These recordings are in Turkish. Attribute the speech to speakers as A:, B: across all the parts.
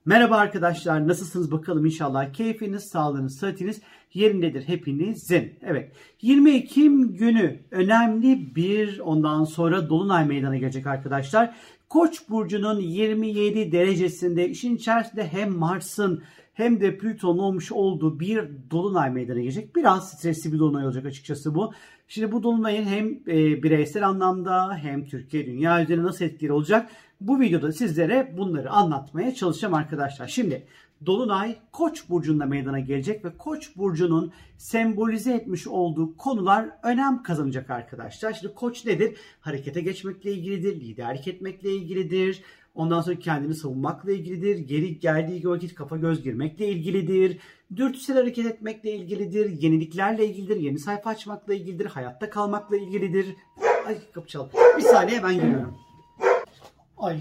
A: Merhaba arkadaşlar, nasılsınız bakalım? İnşallah keyfiniz, sağlığınız, sıhhatiniz yerindedir hepinizin. Evet, 20 Ekim günü önemli bir ondan sonra dolunay meydana gelecek arkadaşlar. Koç burcunun 27 derecesinde işin içerisinde hem Mars'ın hem de Plüton'un olmuş olduğu bir dolunay meydana gelecek. Biraz stresli bir dolunay olacak açıkçası bu. Şimdi bu dolunayın hem bireysel anlamda hem Türkiye, dünya üzerine nasıl etkileri olacak? Bu videoda sizlere bunları anlatmaya çalışacağım arkadaşlar. Şimdi dolunay Koç burcunda meydana gelecek ve Koç burcunun sembolize etmiş olduğu konular önem kazanacak arkadaşlar. Şimdi Koç nedir? Harekete geçmekle ilgilidir, liderlik etmekle ilgilidir. Ondan sonra kendini savunmakla ilgilidir. Geri geldiği vakit kafa göz girmekle ilgilidir. Dürtüsel hareket etmekle ilgilidir. Yeniliklerle ilgilidir. Yeni sayfa açmakla ilgilidir. Hayatta kalmakla ilgilidir. Ay kapı çaldı. Bir saniye ben geliyorum. Ay.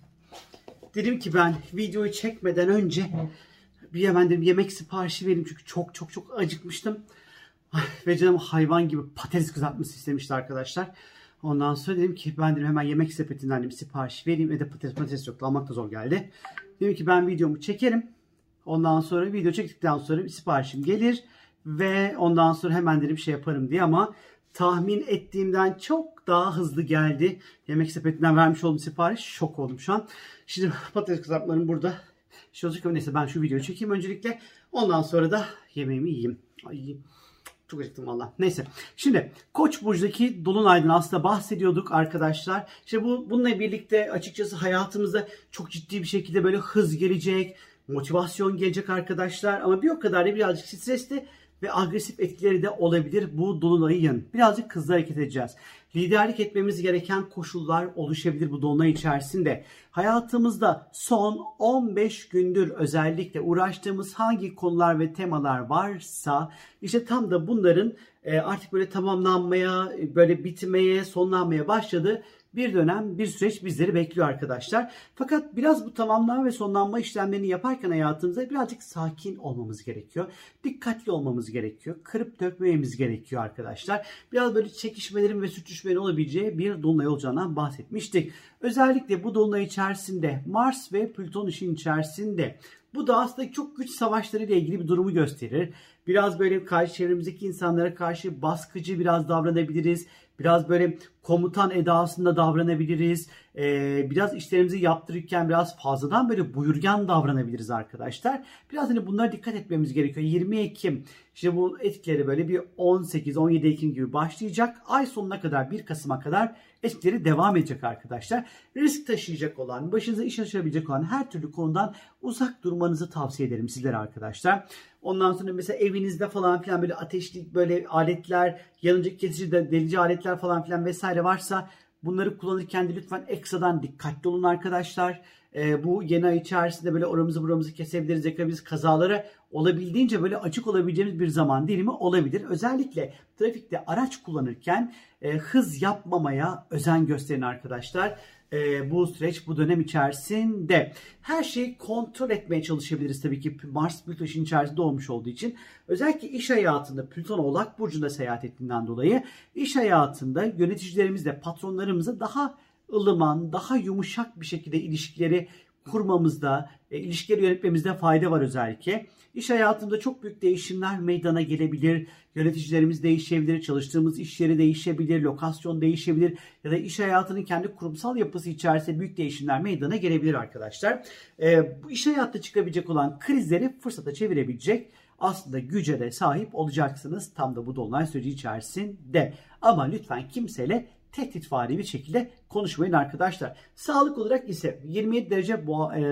A: Dedim ki ben videoyu çekmeden önce bir hemen dedim yemek siparişi vereyim. Çünkü çok acıkmıştım. Ay, ve canım hayvan gibi patates kızartması istemişti arkadaşlar. Ondan sonra dedim ki ben dedim hemen yemek sepetinden bir sipariş vereyim. Ve de patates yoktu. Almak da zor geldi. Dedim ki ben videomu çekerim. Ondan sonra video çektikten sonra bir siparişim gelir. Ve ondan sonra hemen dedim şey yaparım diye ama tahmin ettiğimden çok daha hızlı geldi. Yemek sepetinden vermiş olduğum sipariş. Şok oldum şu an. Şimdi patates kızartmalarım burada. Neyse ben şu videoyu çekeyim öncelikle. Ondan sonra da yemeğimi yiyeyim. Ay, çok acıktım valla. Neyse. Şimdi Koç burcundaki dolunaydan aslında bahsediyorduk arkadaşlar. İşte bununla birlikte açıkçası hayatımızda çok ciddi bir şekilde böyle hız gelecek, motivasyon gelecek arkadaşlar. Ama bir o kadar da birazcık stresli ve agresif etkileri de olabilir bu dolunayın. Birazcık hızlı hareket edeceğiz. Liderlik etmemiz gereken koşullar oluşabilir bu dolunay içerisinde. Hayatımızda son 15 gündür özellikle uğraştığımız hangi konular ve temalar varsa işte tam da bunların artık böyle tamamlanmaya, böyle bitmeye, sonlanmaya başladığı bir dönem, bir süreç bizleri bekliyor arkadaşlar. Fakat biraz bu tamamlama ve sonlanma işlemlerini yaparken hayatımızda birazcık sakin olmamız gerekiyor. Dikkatli olmamız gerekiyor. Kırıp dökmememiz gerekiyor arkadaşlar. Biraz böyle çekişmelerin ve sürtüşmelerin olabileceği bir dolunay olacağından bahsetmiştik. Özellikle bu dolunay içerisinde Mars ve Plüton işin içerisinde. Bu da aslında çok güç savaşları ile ilgili bir durumu gösterir. Biraz böyle karşı çevremizdeki insanlara karşı baskıcı biraz davranabiliriz. Biraz böyle komutan edasında davranabiliriz. Biraz işlerimizi yaptırırken biraz fazladan böyle buyurgan davranabiliriz arkadaşlar. Biraz hani bunlara dikkat etmemiz gerekiyor. 20 Ekim işte bu etkileri böyle bir 18-17 Ekim gibi başlayacak. Ay sonuna kadar 1 Kasım'a kadar etkileri devam edecek arkadaşlar. Risk taşıyacak olan, başınıza iş açabilecek olan her türlü konudan uzak durmanızı tavsiye ederim sizlere arkadaşlar. Ondan sonra mesela evinizde falan filan böyle ateşli böyle aletler, yanıcı kesici delici aletler falan filan vesaire varsa bunları kullanırken de lütfen ekstradan dikkatli olun arkadaşlar. Bu yeni ay içerisinde böyle oramızı buramızı kesebiliriz, yakabiliriz, kazalara olabildiğince böyle açık olabileceğimiz bir zaman dilimi olabilir. Özellikle trafikte araç kullanırken hız yapmamaya özen gösterin arkadaşlar. Bu süreç, bu dönem içerisinde her şeyi kontrol etmeye çalışabiliriz tabii ki Mars Plüton işin içerisinde olmuş olduğu için. Özellikle iş hayatında Plüton Oğlak Burcu'nda seyahat ettiğinden dolayı iş hayatında yöneticilerimizle, patronlarımızla daha ılıman, daha yumuşak bir şekilde ilişkileri kurmamızda, ilişkileri yönetmemizde fayda var özellikle. İş hayatında çok büyük değişimler meydana gelebilir. Yöneticilerimiz değişebilir, çalıştığımız iş yeri değişebilir, lokasyon değişebilir ya da iş hayatının kendi kurumsal yapısı içerisinde büyük değişimler meydana gelebilir arkadaşlar. Bu iş hayatta çıkabilecek olan krizleri fırsata çevirebilecek aslında güce de sahip olacaksınız tam da bu dolunay süreci içerisinde. Ama lütfen kimseyle tehditvari bir şekilde konuşmayın arkadaşlar. Sağlık olarak ise 27 derece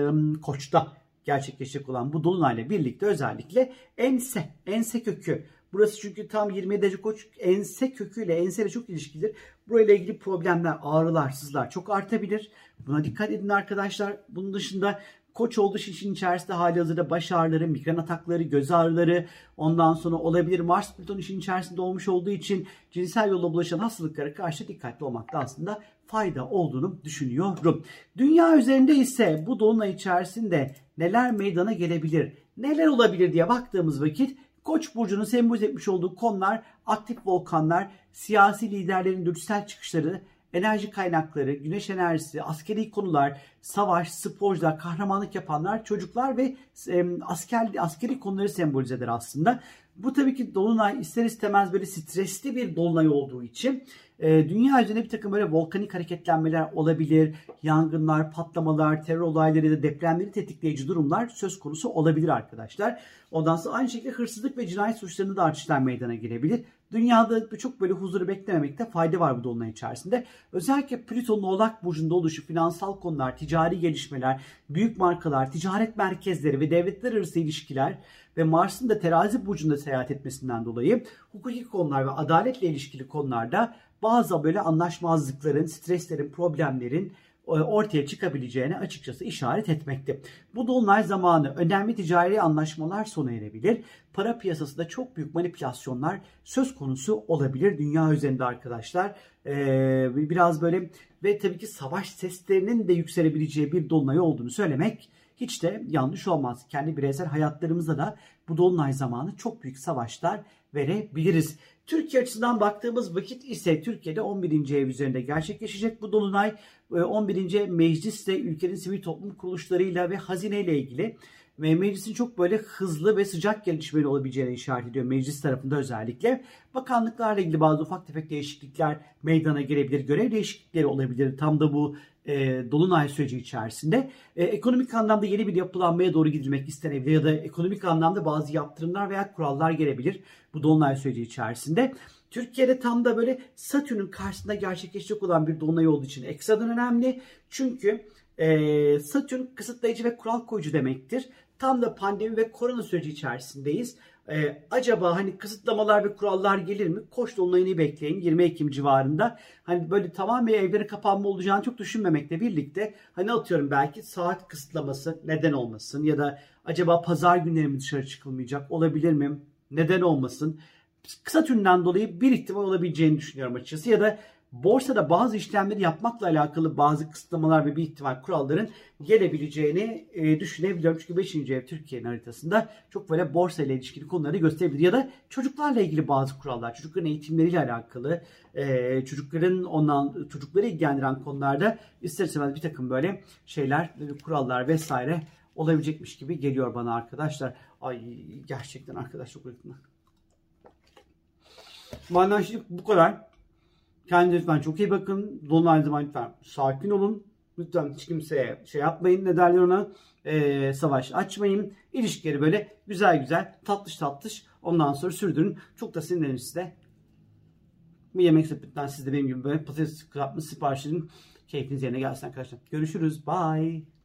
A: Koç'ta gerçekleşecek olan bu dolunayla birlikte özellikle ense kökü. Burası çünkü tam 27 derece Koç ense köküyle enseyle çok ilişkilidir. Burayla ilgili problemler, ağrılar, sızlar çok artabilir. Buna dikkat edin arkadaşlar. Bunun dışında Koç olduğu için içerisinde halihazırda baş ağrıları, migren atakları, göz ağrıları, ondan sonra olabilir. Mars Plüton işin içerisinde olmuş olduğu için cinsel yolla bulaşan hastalıklara karşı dikkatli olmakta aslında fayda olduğunu düşünüyorum. Dünya üzerinde ise bu dolunay içerisinde neler meydana gelebilir, neler olabilir diye baktığımız vakit Koç burcunun sembolize etmiş olduğu konular aktif volkanlar, siyasi liderlerin dürtüsel çıkışları, enerji kaynakları, güneş enerjisi, askeri konular, savaş, sporcular, kahramanlık yapanlar, çocuklar ve askeri konuları sembolize eder aslında. Bu tabii ki dolunay ister istemez böyle stresli bir dolunay olduğu için dünya üzerinde bir takım böyle volkanik hareketlenmeler olabilir, yangınlar, patlamalar, terör olayları ya da depremleri tetikleyici durumlar söz konusu olabilir arkadaşlar. Ondan sonra aynı şekilde hırsızlık ve cinayet suçlarında da artışlar meydana gelebilir. Dünyada çok böyle huzuru beklememekte fayda var bu dolunay içerisinde. Özellikle Plüton'un Oğlak Burcu'nda oluşu, finansal konular, ticari gelişmeler, büyük markalar, ticaret merkezleri ve devletler arası ilişkiler ve Mars'ın da Terazi Burcu'nda seyahat etmesinden dolayı hukuki konular ve adaletle ilişkili konularda bazı böyle anlaşmazlıkların, streslerin, problemlerin ortaya çıkabileceğine açıkçası işaret etmekte. Bu dolunay zamanı önemli ticari anlaşmalar sona erebilir. Para piyasasında çok büyük manipülasyonlar söz konusu olabilir dünya üzerinde arkadaşlar. Biraz böyle ve tabii ki savaş seslerinin de yükselebileceği bir dolunay olduğunu söylemek hiç de yanlış olmaz. Kendi bireysel hayatlarımızda da bu dolunay zamanı çok büyük savaşlar verebiliriz. Türkiye açısından baktığımız vakit ise Türkiye'de 11. ev üzerinde gerçekleşecek bu dolunay. 11. meclisle ülkenin sivil toplum kuruluşlarıyla ve hazineyle ilgili ve meclisin çok böyle hızlı ve sıcak gelişmeleri olabileceğine işaret ediyor meclis tarafında özellikle. Bakanlıklarla ilgili bazı ufak tefek değişiklikler meydana gelebilir, görev değişiklikleri olabilir tam da bu dolunay süreci içerisinde. Ekonomik anlamda yeni bir yapılanmaya doğru gidilmek istenebilir ya da ekonomik anlamda bazı yaptırımlar veya kurallar gelebilir bu dolunay süreci içerisinde. Türkiye'de tam da böyle Satürn'ün karşısında gerçekleşecek olan bir dolunay olduğu için ekstradan önemli. Çünkü Satürn kısıtlayıcı ve kural koyucu demektir. Tam da pandemi ve korona süreci içerisindeyiz. Acaba hani kısıtlamalar ve kurallar gelir mi? Koç dolunayını bekleyin 20 Ekim civarında. Hani böyle tamamen evlere kapanma olacağını çok düşünmemekle birlikte hani atıyorum belki saat kısıtlaması neden olmasın ya da acaba pazar günleri mi dışarı çıkılmayacak olabilir mi? Neden olmasın? Kısa türünden dolayı bir ihtimal olabileceğini düşünüyorum açıkçası ya da borsada bazı işlemleri yapmakla alakalı bazı kısıtlamalar ve bir ihtimal kuralların gelebileceğini düşünebiliyorum. Çünkü 5. ev Türkiye'nin haritasında çok böyle borsa ile ilişkili konuları gösterebilir. Ya da çocuklarla ilgili bazı kurallar, çocukların eğitimleriyle alakalı, çocukları ilgilendiren konularda ister istemez bir takım böyle şeyler, kurallar vesaire olabilecekmiş gibi geliyor bana arkadaşlar. Ay gerçekten arkadaş çok uykum. Benden şimdi bu kadar. Kendinize lütfen çok iyi bakın. Dolunay zaman lütfen sakin olun. Lütfen hiç kimseye şey yapmayın. Ne derler ona? Savaş açmayın. İlişkileri böyle güzel güzel tatlış tatlış ondan sonra sürdürün. Çok da sinirlenirse de bu yemek sepetinden siz de benim gibi böyle patates kızartması sipariş edin. Keyfiniz yerine gelsin arkadaşlar. Görüşürüz. Bye.